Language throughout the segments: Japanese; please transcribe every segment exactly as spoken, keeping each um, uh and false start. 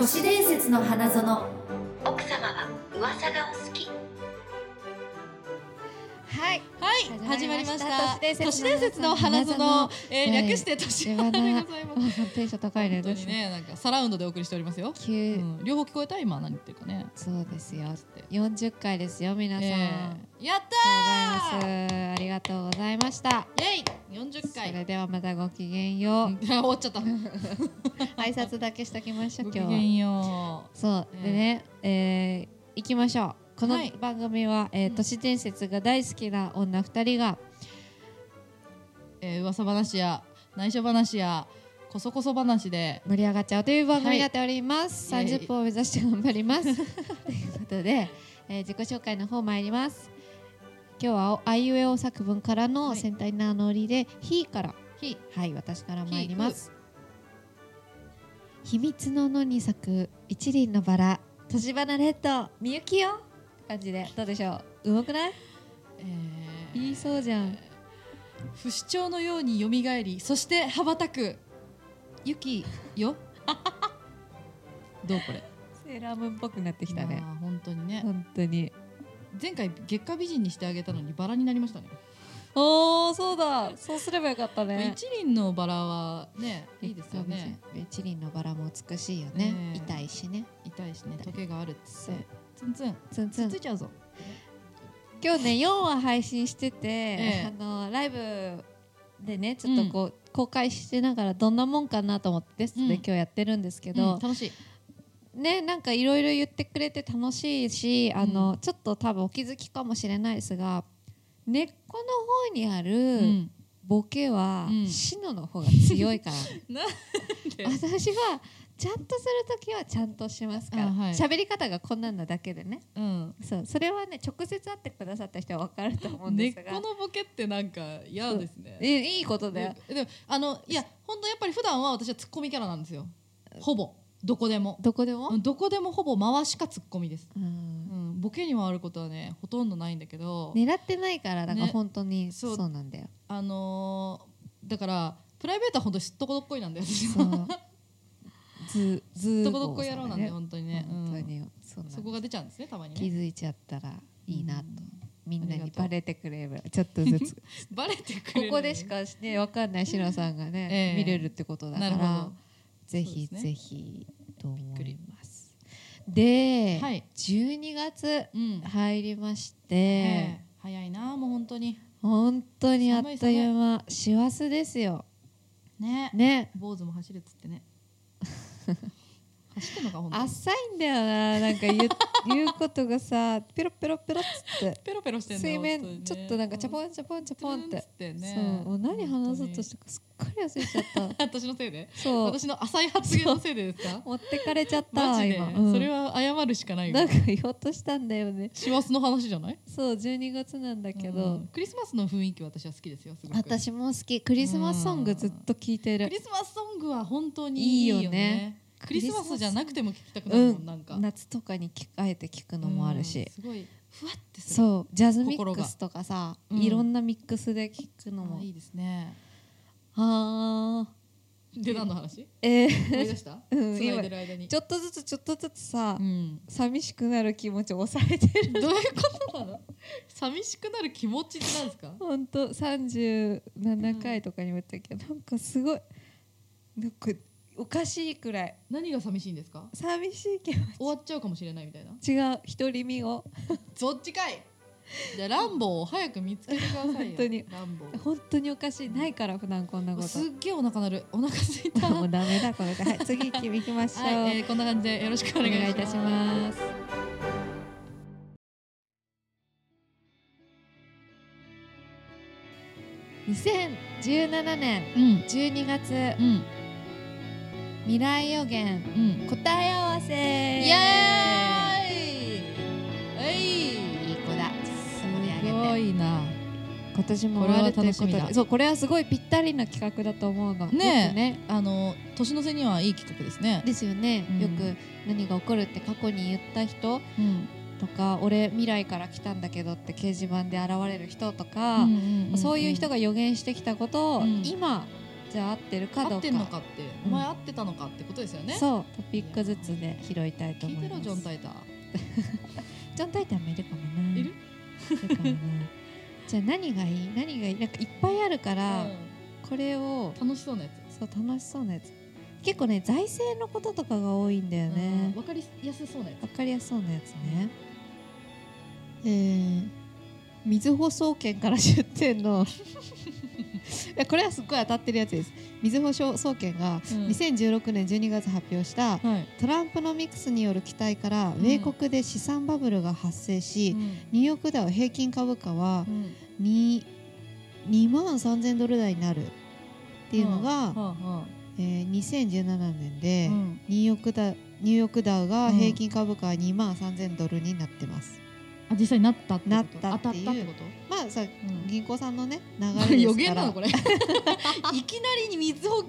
都市伝説の花園。 奥様は噂がお好き。 はい、 はい、始まりました。都市都市伝伝説の花園、えー、 はい略して都市花でございます。 テンション高いね。 本当にね、なんかサラウンドでお送りしておりますよ。 急、 うん、両方聞こえた？今何言ってるかね。 そうですよ。よんじゅっかいですよ、皆さん。 えー、やったー。ありがとうございました。 イェイ、よんじゅっかい。 それではまたごきげんよう。 終わっちゃった。 挨拶だけしときましょう。今日は。 ごきげんよう。 そう、えー、でね、えー、行きましょう。この番組は、はい、えー、都市伝説が大好きな女ふたりが、 えー、噂話や内緒話やこそこそ話で盛り上がっちゃうという番組になっております、はい、さんじゅっぷんを目指して頑張りますということで、えー、自己紹介の方参ります。今日はあいうえお作文からの戦隊名乗りで、ひからひ、はい、私から参ります。秘密の野に咲く一輪のバラ、年花レッドみゆきよ感じでどうでしょう。うまくない？えー、言いそうじゃん。 不死鳥のように蘇り、そして羽ばたくゆきよどうこれ？ セーラームーンっぽくなってきたね。 まあ本当にね。 本当に。 前回月下美人にしてあげたのにバラになりましたね。 おー、そうだ。そうすればよかったね。 一輪のバラはね、いいですよね。 一輪のバラも美しいよね。えー、痛いしね。 痛いしね。トゲがあるって。ツンツンツンツンついちゃうぞ。 今日ねよんわ配信してて、えー、あのライブでねちょっとこう、うん、公開してながらどんなもんかなと思ってテストで今日やってるんですけど、 うんうん、楽しいね、なんかいろいろ言ってくれて楽しいし、あの、うん、ちょっと多分お気づきかもしれないですが、根っこの方にあるボケは、うん、シノの方が強いから、うん、私はちゃんとするときはちゃんとしますから、喋、はい、り方がこんなんなだけでね、うん、そうそれはね直接会ってくださった人は分かると思うんですが、 根っこのボケってなんか嫌ですね。 いいことだよ。 でもあのいや本当やっぱり普段は私はツッコミキャラなんですよ。ほぼどこでもどこでもどこでもほぼ回しかツッコミです。うん、うん、ボケに回ることはねほとんどないんだけど、 狙ってないからだから本当に、ね、そう、そうなんだよ。 あのー、だからプライベートは本当にすっとこどっこいなんだよ私は。ずずっとこどっこい野郎なんで本当にね、 本当に、 うん、そ, そこが出ちゃうんですねたまにね。 気づいちゃったらいいなと、うん、みんなにバレてくれればちょっとずつバレてくれる、 ここでしかね分かんないシノさんがね、えー、見れるってことだからぜひ、ね、ぜひと思います。で、はい、じゅうにがつ入りまして、えー、早いなもう本当に本当にあっという間師走ですよね。 ね、 坊主も走るっつってね走ってんのか本当に浅いんだよな、なんか言う、言うことがさペロペロペロっつってペロペロしてんの水面、ね、ちょっとなんかチャポンチャポンチャポンって、ってね、そうもう何話そうとしてかすっかり忘れちゃった私のせいで？ そう私の浅い発言のせいでですか？ 持ってかれちゃったマジで、 今、 うん、それは謝るしかないよ。 なんか言おうとしたんだよね。 師走の話じゃない？ そうじゅうにがつなんだけど、うん、 クリスマスの雰囲気は私は好きですよ。すごく私も好き。クリスマスソングずっと聴いてる。 クリスマスソングは本当にいいよね。いいよね。クリスマスじゃなくても聴きたくなるもん、うん、なんか夏とかにあえて聴くのもあるし、 うん、すごいふわってする。 そうジャズミックスとかさ、うん、いろんなミックスで聴くのもいいですね。 あで何の話？ えー、 思い出した？うん、今ちょっとずつちょっとずつさ、うん、寂しくなる気持ちを抑えてる。 どういうことなの？寂しくなる気持ちってなんですか？ 本当さんじゅうななかいとかにも言ったけど、うん、なんかすごいなんかおかしいくらい。 何が寂しいんですか？ 寂しい気持ち。 終わっちゃうかもしれないみたいな。 違う、独り身をそっちかい。じゃあランボーを早く見つけてくださいよ。 本当にランボー本当におかしい。ないから普段こんなこと。 すっげえお腹鳴る。お腹すいた。 もうダメだこれで。はい、次行きましょう。 はい、えー、こんな感じでよろしくお願いします。 お願いいたします。にせんじゅうななねんじゅうにがつ、うん、未来予言、うん、答え合わせ。イエーイ。えい、 いい子だ。 すごいな。 今年も終わるということで、そうこれはすごいぴったりな企画だと思うの。 ねえ、ね、あの年の瀬にはいい企画ですね。 ですよね。うん、よく何が起こるって過去に言った人。うんとか俺未来から来たんだけどって掲示板で現れる人とか、うんうんうんうん、そういう人が予言してきたことを、うん、今じゃあ合ってるかどうか、 合ってんのかって、 うんお前合ってたのかってことですよね。 そうトピックずつで拾いたいと思います。 聞いてろジョン・タイター。 ジョン・タイターもいるかもな。 いる？ いるかもな。じゃあ何がいい？何がいい？なんかいっぱいあるから、 うん、 これを楽しそうなやつ。 そう楽しそうなやつ。結構ね財政のこととかが多いんだよね。 わ、うん、かりやすそうなやつ。 わかりやすそうなやつね。えー、みずほ総研から出展のいやこれはすっごい当たってるやつです。みずほ総研がにせんじゅうろくねんじゅうにがつ発表した、うん、トランプノミクスによる期待から、うん、米国で資産バブルが発生し、うん、ニューヨークダウ平均株価は 2, にまんさんぜんドル台になるっていうのが、うんうんえー、にせんじゅうななねんで、うん、ニューヨークダウニューヨークダウが平均株価はにまんさんぜんドルになってます。 あ、実際なったってこと？ なったっていう。 当たったってこと？ まあさ、うん、銀行さんのね流れですから。 予言なのこれ。いきなりに水を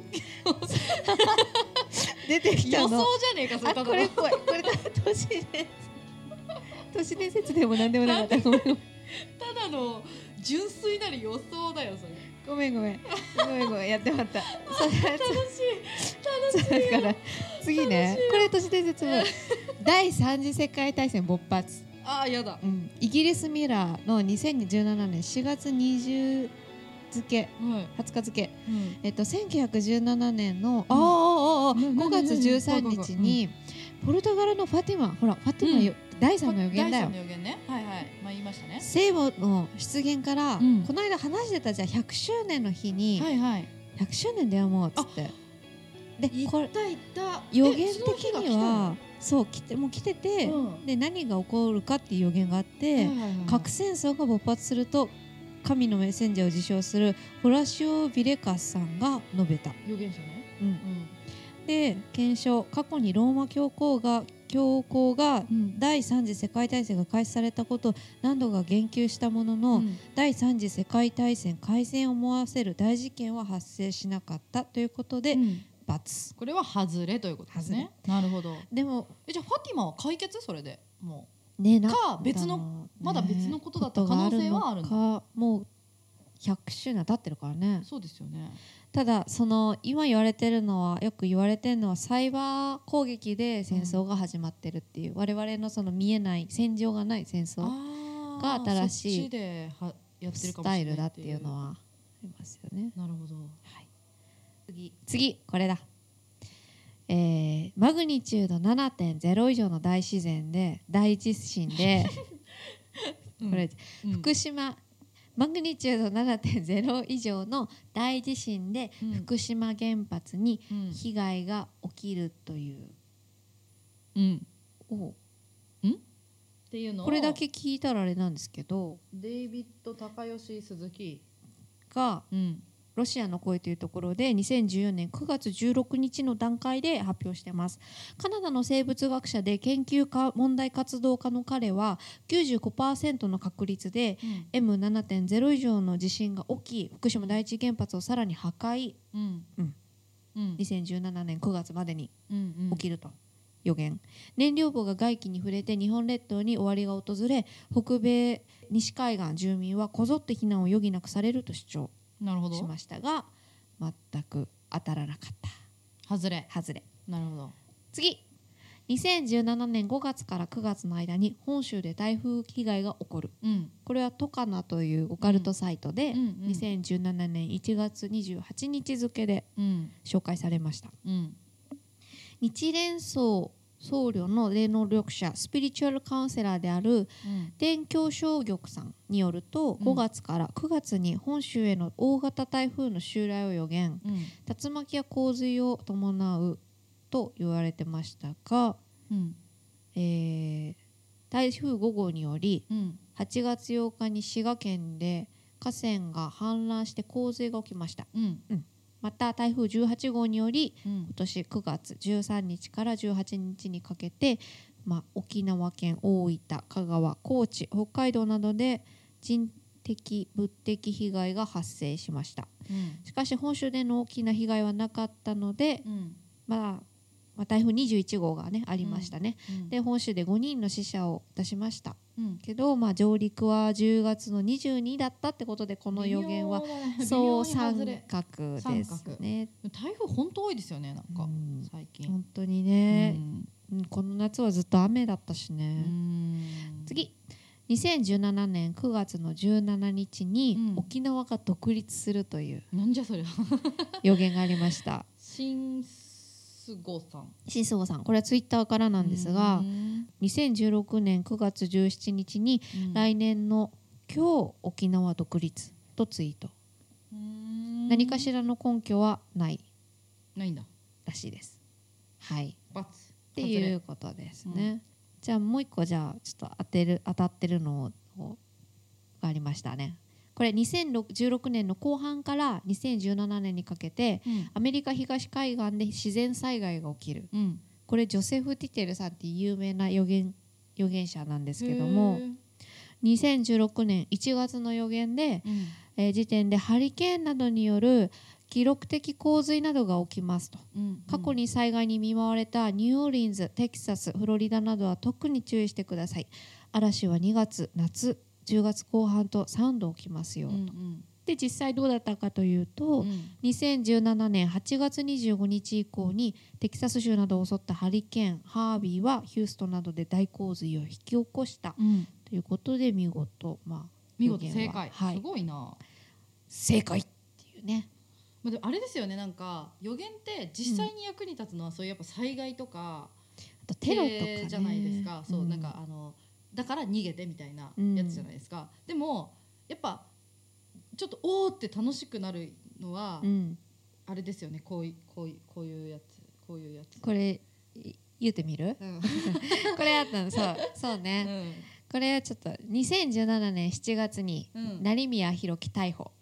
出てきたの。 予想じゃねえかそれ。 あ、これ怖い。これ都市伝説。都市伝説でもなんでもなかった。ごめんごめん。 ただの純粋なる予想だよそれ。 ごめんごめん。ごめんごめんやってもらった。 楽しい楽しい。 だから次ね。これ都市伝説も第三次世界大戦勃発。 ああやだ、 うん、イギリスミラーのにせんじゅうななねんしがつにじゅう付、はい、はつか付、うんえっと、せんきゅうひゃくじゅうななねんの、うん、ああごがつじゅうさんにちにポルトガルのファティマほらファティマ、うん、だいさんの予言だよ。 だいさんの予言ね、はいはい、まあ、言いましたね。 聖母の出現から、うん、この間話してたじゃんひゃくしゅうねんの日に、はいはい、ひゃくしゅうねんだよもうっつってでこれ予言的にはそう来てもう来てて、うん、で何が起こるかっていう予言があって、はいはいはい、核戦争が勃発すると神のメッセンジャーを自称するホラシオ・ビレカスさんが述べた予言者ね、 うんうん、で検証過去にローマ教皇が教皇が第三次世界大戦が開始されたことを何度か言及したものの、うん、第三次世界大戦開戦を思わせる大事件は発生しなかったということで、うん× これは外れということですね。なるほど。 でもえじゃあファティマは解決それでもう、 ね、 か別の、ね、まだ別のことだった可能性はあるのか。 もうひゃくしゅうねん経ってるからね。 そうですよね。 ただその今言われてるのはよく言われてるのはサイバー攻撃で戦争が始まってるっていう、うん、我々のその見えない戦場がない戦争が新しいスタイルだっていうのはありますよね。 なるほど。はい。 次, 次これだ、えー、マグニチュード ななてんゼロ 以上の大自然で大地震でこれ、うん、福島マグニチュード ななてんゼロ 以上の大地震で福島原発に被害が起きるという、 うん、 おんっていうのをこれだけ聞いたらあれなんですけどデイビッド高吉鈴木が、うんロシアの声というところでにせんじゅうよねんくがつじゅうろくにちの段階で発表しています。カナダの生物学者で研究家問題活動家の彼は きゅうじゅうごパーセント の確率で、うん、エムななてんゼロ 以上の地震が起き福島第一原発をさらに破壊、うんうんうん、にせんじゅうななねんくがつまでに起きると予言。燃料棒が外気に触れて日本列島に終わりが訪れ北米西海岸住民はこぞって避難を余儀なくされると主張しましたが全く当たらなかった。 外れ外れ。 なるほど。 次にせんじゅうななねんごがつからくがつの間に本州で台風被害が起こる、うん、これはトカナというオカルトサイトで、うんうんうん、にせんじゅうななねんいちがつにじゅうはちにち付で紹介されました、うん、日蓮宗僧侶の霊能力者スピリチュアルカウンセラーである伝教正玉さんによると、ごがつからくがつに本州への大型台風の襲来を予言、うん、竜巻や洪水を伴うと言われてましたが、うんえー、台風ごごうによりはちがつようかに滋賀県で河川が氾濫して洪水が起きました、うんうんまた台風じゅうはちごうにより、うん、今年くがつじゅうさんにちからじゅうはちにちにかけて、まあ、沖縄県、大分、香川、高知、北海道などで人的物的被害が発生しました、うん、しかし本州での大きな被害はなかったので、うん、まあまあ、台風にじゅういちごうがねありましたね、 うん、 で本州でごにんの死者を出しました、 うん、 けど、まあ、上陸はじゅうがつのにじゅうにだったってことでこの予言はそう三角ですね。 台風本当多いですよねなんか、うん、最近本当にね、 うん、 この夏はずっと雨だったしね。うん、次にせんじゅうななねんくがつのじゅうしちにちに沖縄が独立するという、 うん、なんじゃそれ予言がありました。 新菅さん新菅さんこれはツイッターからなんですが、にせんじゅうろくねんくがつじゅうしちにちに、うん、来年の今日沖縄独立とツイート。うーん何かしらの根拠はないないんだらしいです。はいバツっていうことですね、うん、じゃあもう一個じゃあちょっと当てる当たってるのがありましたね。これにせんじゅうろくねんの後半からにせんじゅうななねんにかけて、うん、アメリカ東海岸で自然災害が起きる、うん、これジョセフ・ティテルさんっていう有名な予言予言者なんですけども、にせんじゅうろくねんいちがつの予言で、うんえー、時点でハリケーンなどによる記録的洪水などが起きますと、うんうん、過去に災害に見舞われたニューオーリンズ、テキサス、フロリダなどは特に注意してください。嵐はにがつ、夏、じゅうがつこう半とさんど起きますよと、うんうん、で実際どうだったかというと、うん、にせんじゅうななねんはちがつにじゅうごにち以降にテキサス州などを襲ったハリケーンハービーはヒューストンなどで大洪水を引き起こした、うん、ということで見事、まあ、 見事正解、 はい、 すごいな正解っていうね。 まあ、でもあれですよねなんか予言って実際に役に立つのは、うん、そういうやっぱ災害とかあとテロとか、ね、 じゃないですか。そう、うん、なんかあのだから逃げてみたいなやつじゃないですか、うん、でもやっぱちょっとおーって楽しくなるのは、うん、あれですよねこういうこういうこういうやつこういうやつこれ言ってみる、うん、これあったのそうそうね、うん、これはちょっとにせんじゅうななねんしちがつに成宮弘樹逮捕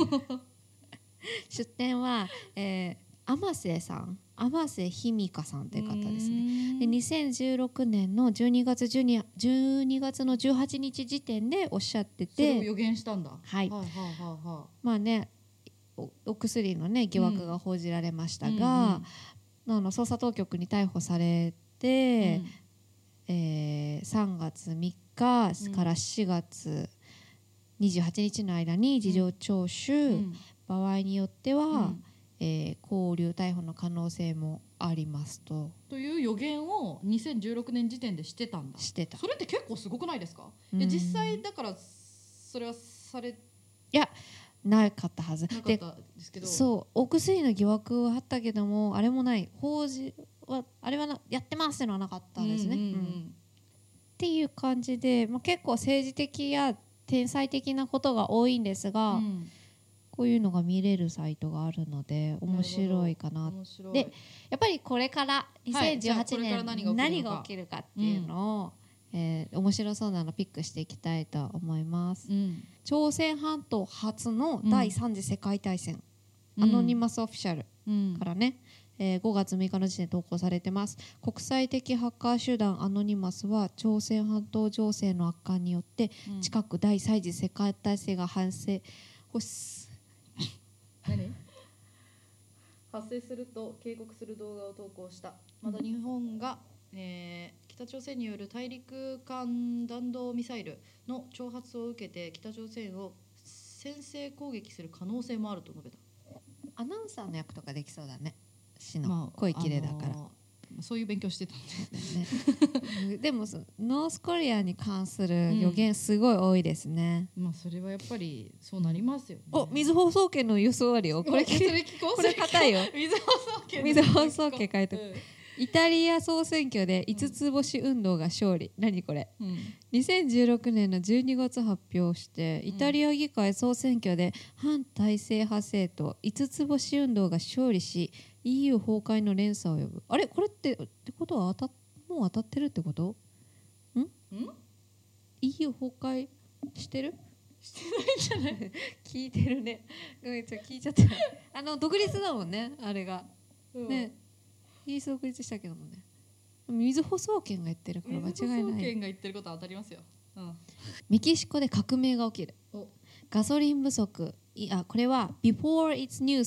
出典は、えー、天瀬さん天瀬ひみかさんという方ですね。でにせんじゅうろくねんのじゅうにがつじゅうにがつのじゅうはちにち時点でおっしゃっててそれを予言したんだ。 はい、はいはいはいはい、まあね お, お薬のね疑惑が報じられましたが、うんうん、あの捜査当局に逮捕されて、うんえー、さんがつみっかからしがつにじゅうはちにちの間に事情聴取、うん、場合によっては、うんえー、拘留逮捕の可能性もありますとという予言をにせんじゅうろくねん時点でしてたんだ。 してた。 それって結構すごくないですか？いや実際だからそれはされいやなかったはずなかったですけど、 そうお薬の疑惑はあったけどもあれもない法事はあれはなやってますっていうのはなかったんですね、うんうんうんうん、っていう感じで、まあ、結構政治的や天才的なことが多いんですが、うんこういうのが見れるサイトがあるので面白いかな。でやっぱりこれからにせんじゅうはちねん、はい、何が起きるかっていうのを、うんえー、面白そうなのピックしていきたいと思います、うん、朝鮮半島初のだいさん次世界大戦、うん、アノニマスオフィシャルからね、うんえー、ごがつむいかの時点で投稿されてます。国際的ハッカー集団アノニマスは朝鮮半島情勢の悪化によって近くだいさん次世界大戦が発生ほし何発生すると警告する動画を投稿した。また日本が、えー、北朝鮮による大陸間弾道ミサイルの挑発を受けて北朝鮮を先制攻撃する可能性もあると述べた。 アナウンサーの役とかできそうだね。詩の、まあ、声綺麗だから、あのー、そういう勉強してたんで、 ね、でもノースコリアに関する予言すごい多いですね、 うん、まあそれはやっぱりそうなりますよね。 お水放送権の予想あるよ。これそれ聞こう。 これ硬いよ。 水放送権水放送権書いてる、うん、イタリア総選挙で五つ星運動が勝利、うん、何これ、うん、にせんじゅうろくねんのじゅうにがつ発表してイタリア議会総選挙で反体制派政党五つ星運動が勝利し イーユー 崩壊の連鎖を呼ぶ。あれこれってってことは当たもう当たってるってことんん イーユー 崩壊してるしてないんじゃない聞いてるね。ごめんちょっと聞いちゃったあの独立だもんねあれが、うん、ねイギリス独立したけどもね水放送権が言ってるから間違いない。 水放送権が言ってることは当たりますよ、うん、 メキシコで革命が起きる。ガソリン不足いあこれは Before It's News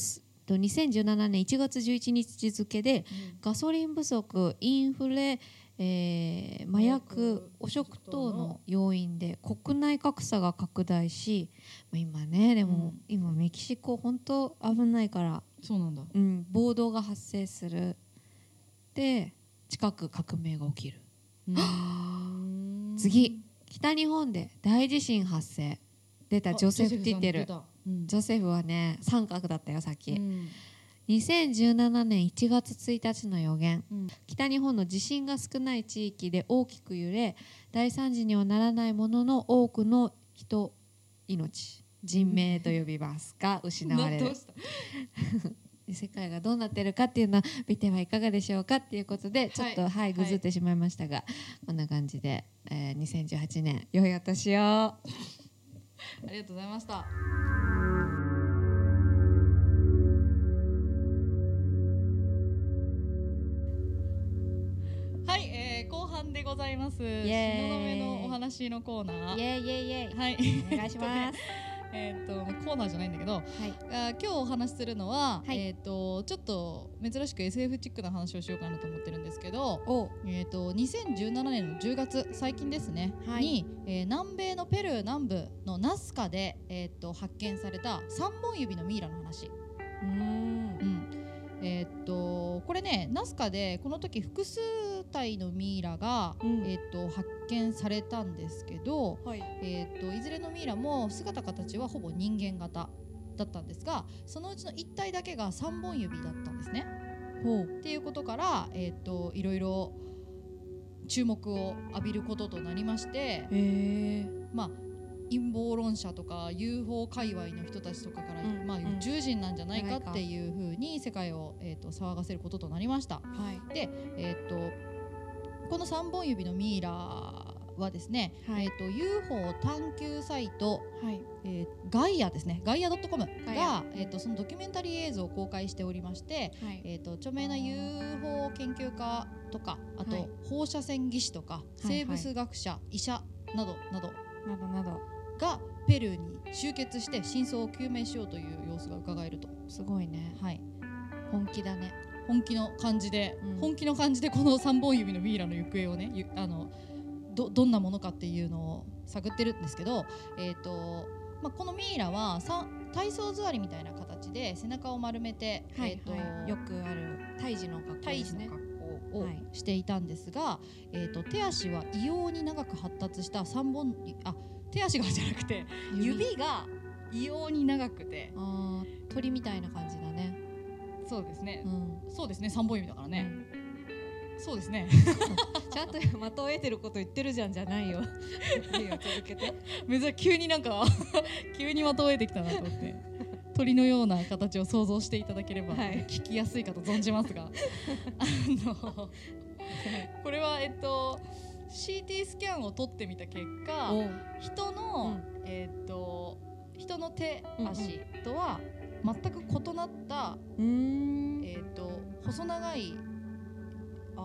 とにせんじゅうななねんいちがつじゅういちにち付で、 うんガソリン不足、インフレ、えー麻薬、汚職等の要因で国内格差が拡大し、まあ、今ねでも、 うん今メキシコ本当危ないから、 そうなんだ。 うん、暴動が発生する。で近く革命が起きる。 うーん次、北日本で大地震発生。出た、ジョセフ・ティテル。 ジョセフさん出たうんジョセフはね三角だったよさっき、 うんにせんじゅうななねんいちがつついたちの予言、 うん北日本の地震が少ない地域で大きく揺れ、大惨事にはならないものの多くの人命人命と呼びますが失われるどうした世界がどうなってるかっていうのを見てはいかがでしょうかっていうことで、ちょっとはいはいぐずってしまいましたが、こんな感じで、えーにせんじゅうはちねん良いお年を。 ありがとうございました。はい、えー、後半でございます。東エーイ雲のお話のコーナー。 イエイイエイイエイ、 はい、 お願いします。 えっとコーナーじゃないんだけど、 はいあ今日お話しするのは、 はいえっとちょっと珍しく エスエフ チックな話をしようかなと思ってるんですけど、 おえっとにせんじゅうななねんのじゅうがつ、最近ですね、 はいに、えー南米のペルー南部のナスカで、えっと発見された三本指のミイラの話。 うーんうんえーっとこれね、ナスカでこの時複数体のミイラが、 うんえーっと発見されたんですけど、 はいえーっといずれのミイラも姿形はほぼ人間型だったんですが、そのうちのいち体だけがさんぼん指だったんですね。 ほうっていうことから、えーっといろいろ注目を浴びることとなりまして、 へえまあ陰謀論者とか ユーフォー 界隈の人たちとかから、 うんまあ、 うん宇宙人なんじゃないかじゃないかっていう風に世界を、えー、と騒がせることとなりました。 はいで、えー、とこのさんぼん指のミイラはですね、 はいえー、と ユーフォー 探求サイト、 はいえーガイアですね、ガイア .com ガイアが、えー、とそのドキュメンタリー映像を公開しておりまして、 はいえー、と著名な ユーフォー 研究家とか、あと、 はい放射線技師とか、 いはい生物学者、医者などなどなどなどがペルーに集結して真相を究明しようという様子が伺えると、 すごいね、 はい、 本気だね。 本気の感じで、 うん本気の感じでこのさんぼん指のミイラの行方をね、ゆあの ど, どんなものかっていうのを探ってるんですけど、えーとまあ、このミイラはさ体操座りみたいな形で背中を丸めて、 はいえーとはい、よくある胎児の格好胎ですね。 児の格好をはいしていたんですが、えー、と手足は異様に長く発達したさんぼんあ手足がじゃなくて指が異様に長くて、 あー鳥みたいな感じだね。 そうですね、 うんそうですね、さんぼん指だからね、 うんそうですねちゃんと的を得てること言ってるじゃんじゃないよ。いいよ続けて。 珍しい急になんか急に的を得てきたなと思って鳥のような形を想像していただければ、 はい聞きやすいかと存じますがあのこれはえっと シーティー スキャンを取ってみた結果、 お人の、 うんえっと人の手足とは全く異なった、 うーんえっと細長いあ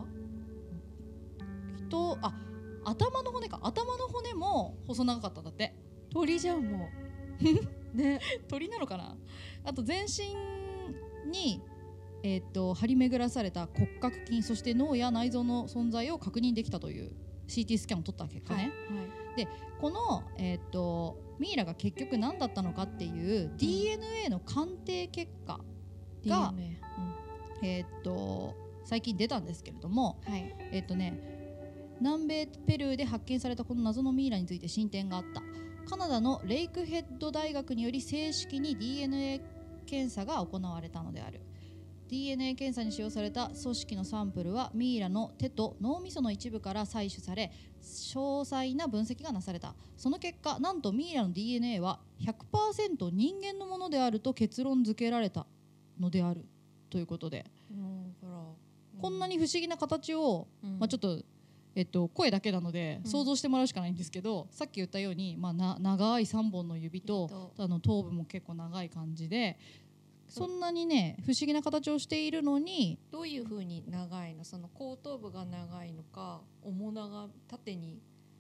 人あ頭の骨か頭の骨も細長かったんだって。 鳥じゃんもう。ね。 鳥なのかな。あと全身に、えー、と張り巡らされた骨格筋、そして脳や内臓の存在を確認できたという シーティー スキャンを取った結果ね、 はいこの、えー、とミイラが結局何だったのかっていう ディーエヌエー の鑑定結果が、 ディーエヌエえー、と最近出たんですけれども、 ーはいえっ、とね南米ペルーで発見されたこの謎のミイラについて進展があった。カナダのレイクヘッド大学により正式に ディーエヌエー 検査が行われたのである。 ディーエヌエー 検査に使用された組織のサンプルはミイラの手と脳みその一部から採取され、詳細な分析がなされた。その結果、なんとミイラの ディーエヌエー は ひゃくパーセント 人間のものであると結論付けられたのであるということで、 うんほらこんなに不思議な形を、 うんまあ、ちょっとえっと、声だけなのでうん想像してもらうしかないんですけど、さっき言ったように、まあ、な長いさんぼんの指と指とあの頭部も結構長い感じで、そんなにね不思議な形をしているのに、 どういう風に長いの？その後頭部が長いのか、面長縦に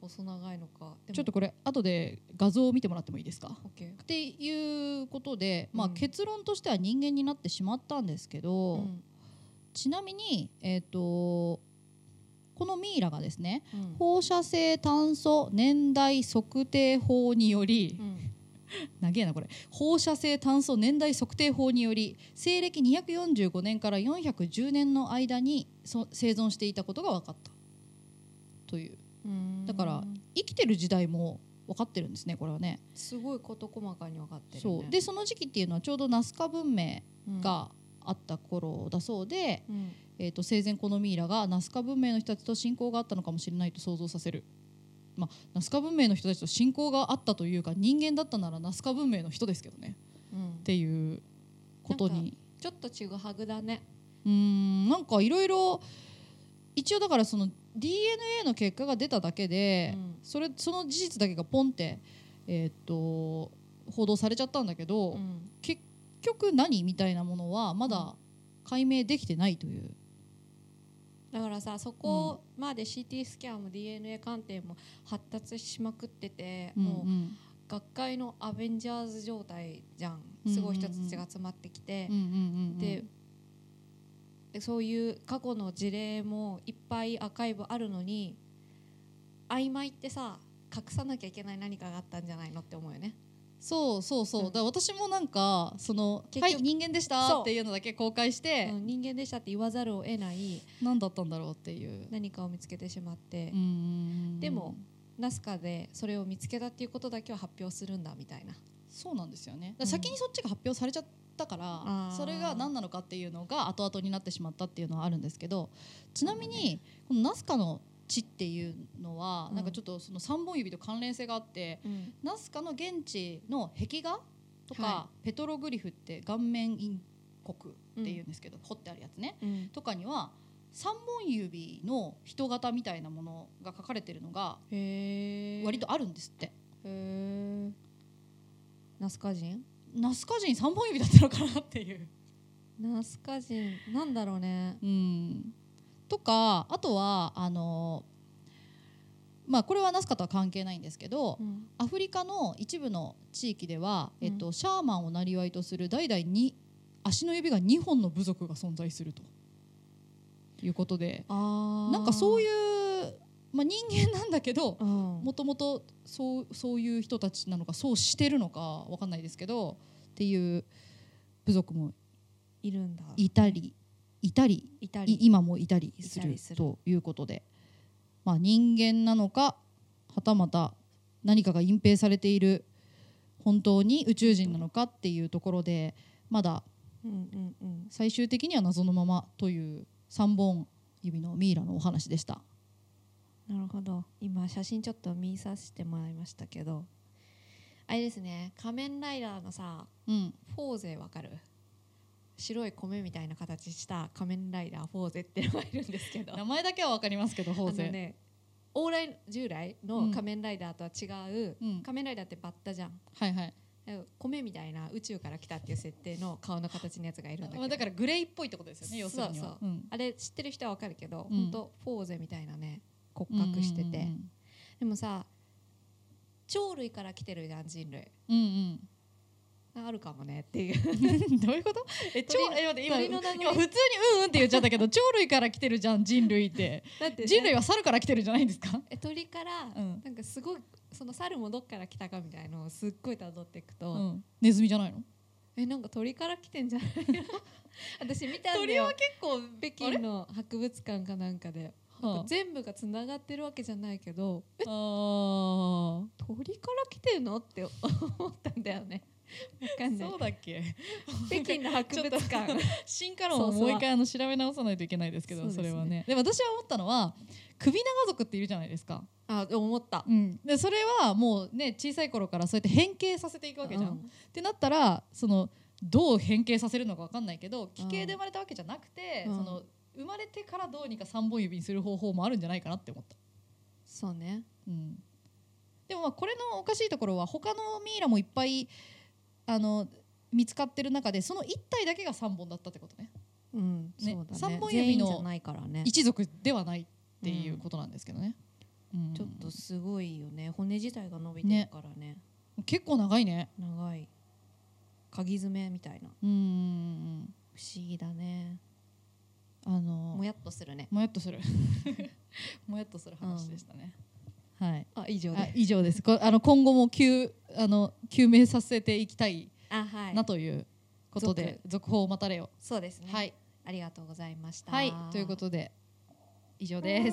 細長いのか。 ちょっとこれ後で画像を見てもらってもいいですか。 OK っていうことで、まあ、 うん結論としては人間になってしまったんですけど、 うん、 ちなみに、えー、とこのミイラがですね、 うん、 放射性炭素年代測定法により、 うん、 長えなこれ、放射性炭素年代測定法により西暦にひゃくよんじゅうごねんからよんひゃくじゅうねんの間にそ生存していたことが分かったという。だから生きてる時代も分かってるんですね、これはね。 すごい事細かに分かってるね。 そうで、その時期っていうのはちょうどナスカ文明があった頃だそうで、 うん、 えー、と生前このミイラがナスカ文明の人たちと親交があったのかもしれないと想像させる。まあ、ナスカ文明の人たちと親交があったというか、人間だったならナスカ文明の人ですけどね、 うん、 っていうことに。 ちょっとちぐはぐだね。 うーん、なんかいろいろ一応だからその ディーエヌエー の結果が出ただけで、うん、それその事実だけがポンって、えー、っと報道されちゃったんだけど、うん、結局何みたいなものはまだ解明できてないという。 だからさ、そこまで シーティー スキャンも ディーエヌエー 鑑定も発達しまくってて、うんうん、もう学会のアベンジャーズ状態じゃん。すごい人たちが集まってきて、うんうんうん、でそういう過去の事例もいっぱいアーカイブあるのに、曖昧ってさ、隠さなきゃいけない何かがあったんじゃないのって思うよね。 そうそうそう、うん、だから私もなんかそのはい人間でしたっていうのだけ公開して、 うん、人間でしたって言わざるを得ない何だったんだろうっていう何かを見つけてしまって、 うん、 でもナスカでそれを見つけたっていうことだけは発表するんだみたいな。 そうなんですよね。だから先にそっちが発表されちゃったから、うん、それが何なのかっていうのが後々になってしまったっていうのはあるんですけど、ちなみにこのナスカの地っていうのはなんかちょっとそのさんぼん指と関連性があって、うん、ナスカの現地の壁画とか、はい、ペトログリフって顔面印刻っていうんですけど、うん、彫ってあるやつね、うん、とかにはさんぼん指の人型みたいなものが書かれてるのが割とあるんですって。 へー、ナスカ人ナスカ人さんぼん指だったのかなっていう。 ナスカ人なんだろうね、 うんとか、あとはあのまあこれはナスカとは関係ないんですけど、うん、アフリカの一部の地域では、えっと、シャーマンを生業とする代々に足の指がにほんの部族が存在するということで、あなんかそういう、まあ、人間なんだけどもともとそうそういう人たちなのかそうしてるのか分かんないですけどっていう部族もいるんだ、 いたりいたりいたり今もいたりするということで、まあ、人間なのかはたまた何かが隠蔽されている本当に宇宙人なのかっていうところでまだ最終的には謎のままというさんぼん指のミイラのお話でした。 なるほど。今写真ちょっと見させてもらいましたけど、あれですね、仮面ライダーのさ、うん、フォーゼわかる？白い米みたいな形した仮面ライダーフォーゼっていうのがいるんですけど、 名前だけは分かりますけどフォーゼ、あのね、 往来従来の仮面ライダーとは違う、うん、仮面ライダーってバッタじゃん、はいはい、米みたいな宇宙から来たっていう設定の顔の形のやつがいるんだけど、 だからグレイっぽいってことですよね、要するには。 そうそう、うん、あれ知ってる人は分かるけど、うん、ほんとフォーゼみたいなね骨格してて、うんうんうん、でもさ鳥類から来てるじゃん人類、うんうん、あるかもねっていうどういうこと？え鳥え待って 今, 今普通にうんうんって言っちゃったけど鳥類から来てるじゃん人類ってだって人類は猿から来てるじゃないんですか？ え鳥から、うん、なんかすごいその猿もどっから来たかみたいのをすっごい辿っていくと、うん、 ネズミじゃないの？ えなんか鳥から来てんじゃないの私見たんだよ。 鳥は結構北京の博物館かなんかで全部がつながってるわけじゃないけど、えあ鳥から来てるのって思ったんだよね。わかんない。 そうだっけ？ 北京の博物館進化論をもう一回あの調べ直さないといけないですけど、 そ, う そ, ね、それはね。で私は思ったのは首長族っているじゃないですか。 あ思った、 うん、でそれはもうね小さい頃からそうやって変形させていくわけじゃん、うん、ってなったらそのどう変形させるのか分かんないけど奇形で生まれたわけじゃなくて、うん、その生まれてからどうにかさんぼん指にする方法もあるんじゃないかなって思った。 そうね、 うん、でもまあこれのおかしいところは他のミイラもいっぱいあの見つかってる中でそのいったいだけがさんぼんだったってことね、 うんね、そうだね、 さんぼん指の一族ではないっていうことなんですけどね、 うん、 ちょっとすごいよね。骨自体が伸びてるから ね, ね結構長いね。 長い鍵爪みたいな。 うん、 不思議だね。 あのもやっとするね。 もやっとするもやっとする話でしたね、うん、はい。 あ以上であ以上ですこあの今後も究あの究明させていきたいあ、はい、 なということで、続報を待たれよ。 そうですね、 はい、 ありがとうございました。 はい、ということで以上です。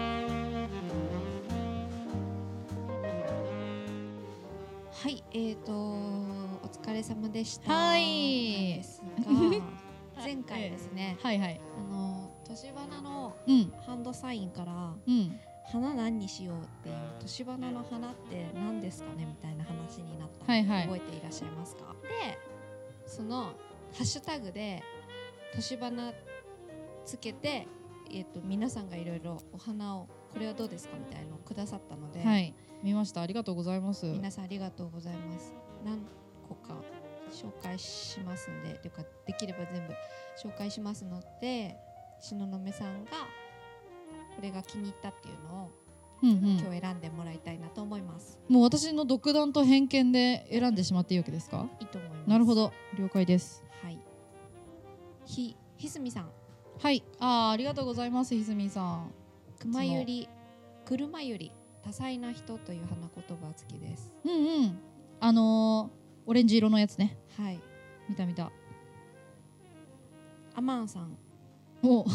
はい、えーとお疲れ様でした。 はいですが前回ですね、 はいはい、 あの年花のハンドサインから、 うん、 花何にしようっていう年花の花って何ですかねみたいな話になったの、 はいはい、 覚えていらっしゃいますか？でそのハッシュタグで年花つけて、えーと皆さんがいろいろお花をこれはどうですかみたいなのをくださったので、 はい、見ました。ありがとうございます。 皆さんありがとうございます。何個か紹介しますんで、というかできれば全部紹介しますので、東雲さんがこれが気に入ったっていうのを、うんうん、今日選んでもらいたいなと思います。 もう私の独断と偏見で選んでしまっていいわけですか？ いいと思います。 なるほど、了解です。 はい。ひひすみさん、 はい、あありがとうございます。ひすみさん。 熊ゆり車より多彩な人という花言葉付きです。 うんうん、あのー、オレンジ色のやつね。 はい、 見た見た。 アマンさん、 お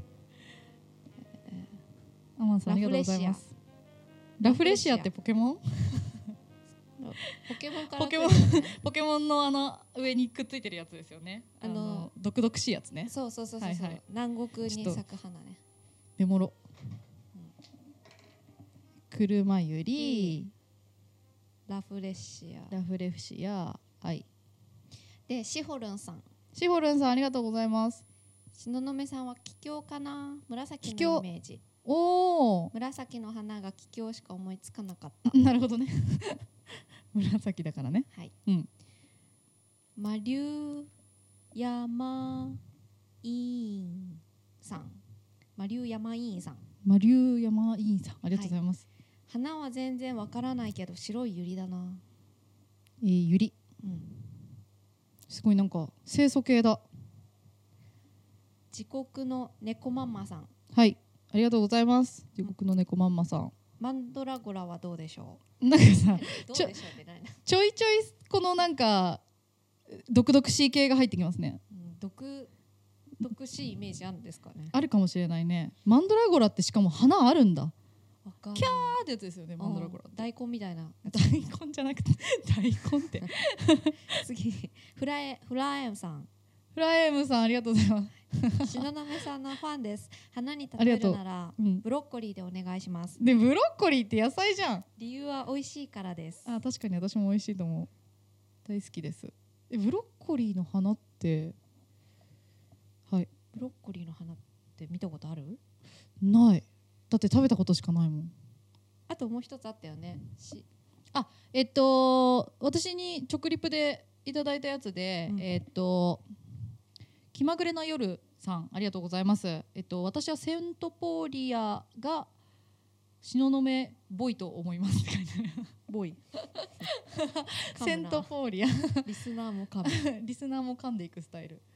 アマンさんありがとうございます。ラフレシアってポケモンポケモンからポケモンポケモンのあの上にくっついてるやつですよね。あのあの毒々しいやつね。 そうそうそうそう、はいはい、南国に咲く花ね。 メモロ、うん、車よりラフレシアラフレシア、はい。 でシホルンさん、 シホルンさんありがとうございます。 東雲さんは桔梗かな、紫のイメージ。 おー、 紫の花が桔梗しか思いつかなかった。 なるほどね紫だからね。 はい、 うん。 マリューヤマインさん、マリューヤマインさんマリューヤマインさんありがとうございます、 はい、花は全然わからないけど白いユリだな。 えー、ユリ、うん、すごいなんか清楚系だ。 自国の猫マンマさん、 はい、ありがとうございます。自国の猫マンマさん。 マンドラゴラはどうでしょう。なんかさどうでしょうってないなちょいちょいこのなんか毒々しい系が入ってきますね、 うん、毒毒しいイメージあるんですかね。 あるかもしれないね。マンドラゴラってしかも花あるんだ。 わかんない。 キャーってやつですよね、マンドラゴラって。 大根みたいな。 大根じゃなくて大根って次フラエフラエムさん、 フラエムさんありがとうございます東雲さんのファンです。花に例えるなら、うん、ブロッコリーでお願いします。 でブロッコリーって野菜じゃん。 理由は美味しいからです。 あ、確かに私も美味しいと思う。大好きです。えブロッコリーの花ってはいブロッコリーの花って見たことある？ ない。だって食べたことしかないもん。 あともう一つあったよね。しあえっと私に直リプでいただいたやつで、うん、えっと気まぐれな夜さんありがとうございます。えっと私はセントポーリアが東雲ボイと思いますって書いてあるボイセントポーリアリスナーも噛むリスナーも噛んでいくスタイル。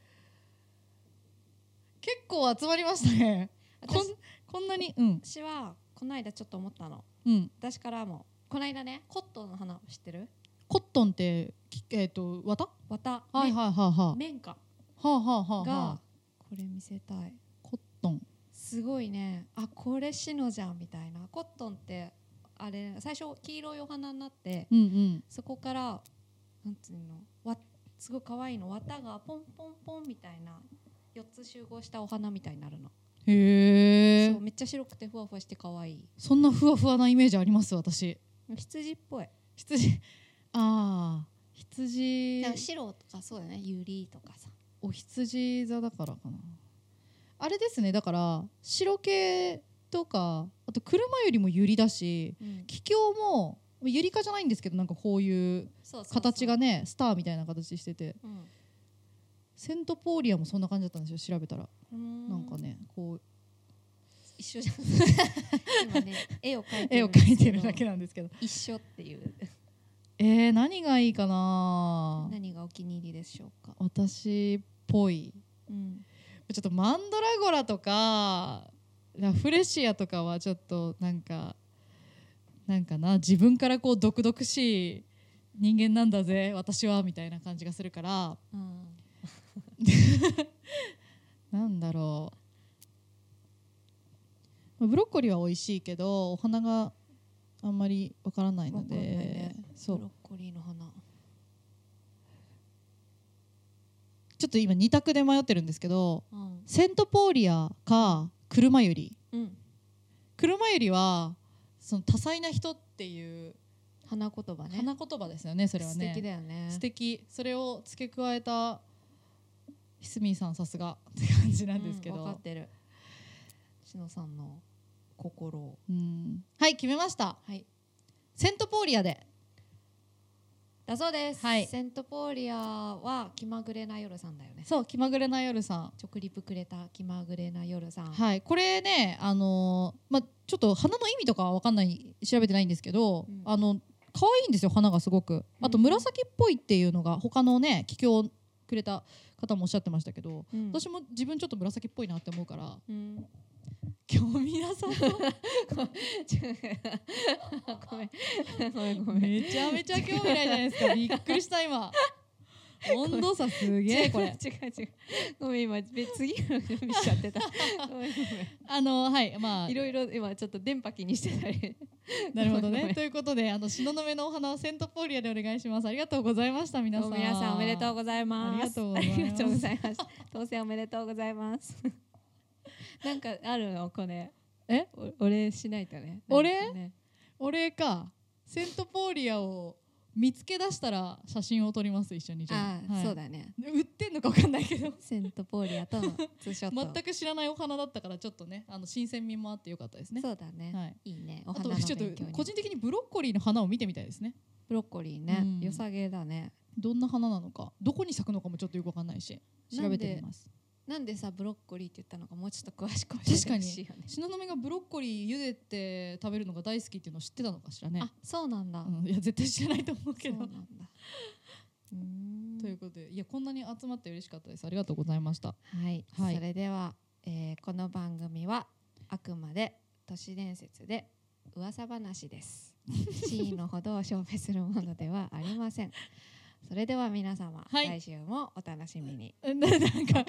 結構集まりましたね。こん、こんなに、うん、 私はこの間ちょっと思ったの、 うん、 私からもこの間ね、コットンの花知ってる？ コットンってえっと綿？ 綿、 はいはいはいはい。 綿花はあはあはあがこれ見せたい。 コットンすごいね。あ、これシノじゃんみたいな。コットンってあれ最初黄色いお花になって、 うんうん、 そこからなんつうのわすごい可愛いの、綿がポンポンポンみたいなよっつ集合したお花みたいになるの。 へえ。 そう、めっちゃ白くてふわふわして可愛い。 そんなふわふわなイメージあります私。 羊っぽい。 羊ああ羊。 白とかそうだね、ユリとかさ。 お羊座だからかな。あれですね、だから白系とかあと車よりもユリだし、うん、桔梗もユリ科じゃないんですけどなんかこういう形がね、スターみたいな形してて、うん、セントポーリアもそんな感じだったんですよ調べたら。んなんかねこう一緒じゃん今ね絵を描いて絵をるんですけど描いてるだけなんですけど、 一緒っていうえー、何がいいかな。 何がお気に入りでしょうか。 私っぽい、うん、ちょっとマンドラゴラとかラフレシアとかはちょっとなんかなんかな、自分からこう毒々しい人間なんだぜ私はみたいな感じがするから、うん、なんだろう、ブロッコリーは美味しいけどお花があんまりわからないので、ね、そうブロッコリーの花ちょっと今に択で迷ってるんですけど、うん、セントポーリアか車より、うん、車よりはその多彩な人っていう花言葉ね、 花言葉ですよね。それはね素敵だよね。 素敵。それを付け加えたひすみーさんさすがって感じなんですけど、 うん、分かってるしのさんの心を、 うん、はい決めました、はい、セントポーリアでだそうです、 はい、 セントポーリアは気まぐれな夜さんだよね。 そう気まぐれな夜さん、 直リプくれた気まぐれな夜さん、 はい、これね、あのー、まあ、ちょっと花の意味とかは分かんない調べてないんですけど、うん、あの可愛いんですよ花がすごく。あと紫っぽいっていうのが他のね寄稿くれた方もおっしゃってましたけど、うん、私も自分ちょっと紫っぽいなって思うから、うん、興味なさそうごめんごめんごめんめちゃめちゃ興味ないじゃないですかびっくりした今温度差すげえこれ違う違うごめん今次の準備しちゃってたごめんごめんあのはいまあいろいろ今ちょっと電波気にしてたりなるほどねということであの東雲のお花をセントポーリアでお願いします。ありがとうございました皆さん。 皆さんおめでとうございます。 ありがとうございます当選おめでとうございますなんかあるのこれえお礼しないとね。 お礼、ね、お礼か。セントポーリアを見つけ出したら写真を撮ります一緒に。じゃあ、はい、そうだね。 売ってんのか分かんないけどセントポーリアとのツーショット全く知らないお花だったからちょっとねあの新鮮味もあってよかったですね。 そうだね、はい、いいね。お花の勉強に。あとちょっと個人的にブロッコリーの花を見てみたいですね。 ブロッコリーね、うん、良さげだね。 どんな花なのかどこに咲くのかもちょっとよく分かんないし調べてみます。 なんでさブロッコリーって言ったのかもうちょっと詳しく教えてほしいよね。確かに東雲がブロッコリー茹でて食べるのが大好きっていうのを知ってたのかしらね。 あ、そうなんだ、 うん、いや絶対知らないと思うけど。 そうなんだうーんということでいやこんなに集まって嬉しかったです。ありがとうございました。 はい、はい、それでは、えー、この番組はあくまで都市伝説で噂話です地位のほどを証明するものではありません。それでは皆様、はい、来週もお楽しみに。 ななんか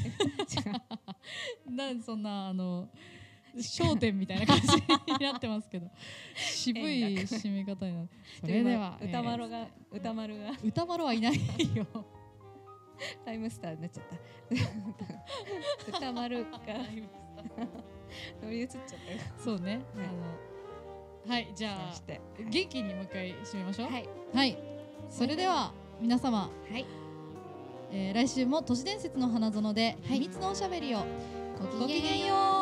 なんそんなあの焦点みたいな感じになってますけど渋い締め方になる。それでは歌丸が、えー、歌丸が歌丸はいないよタイムスターになっちゃった歌丸が乗り移っちゃったよ。 そうね、はい、あのはいじゃあ元気にもう一回締めましょう。はい、はい、それでは皆様、はい、えー、来週も都市伝説の花園で秘密のおしゃべりを。 ごきげんよう。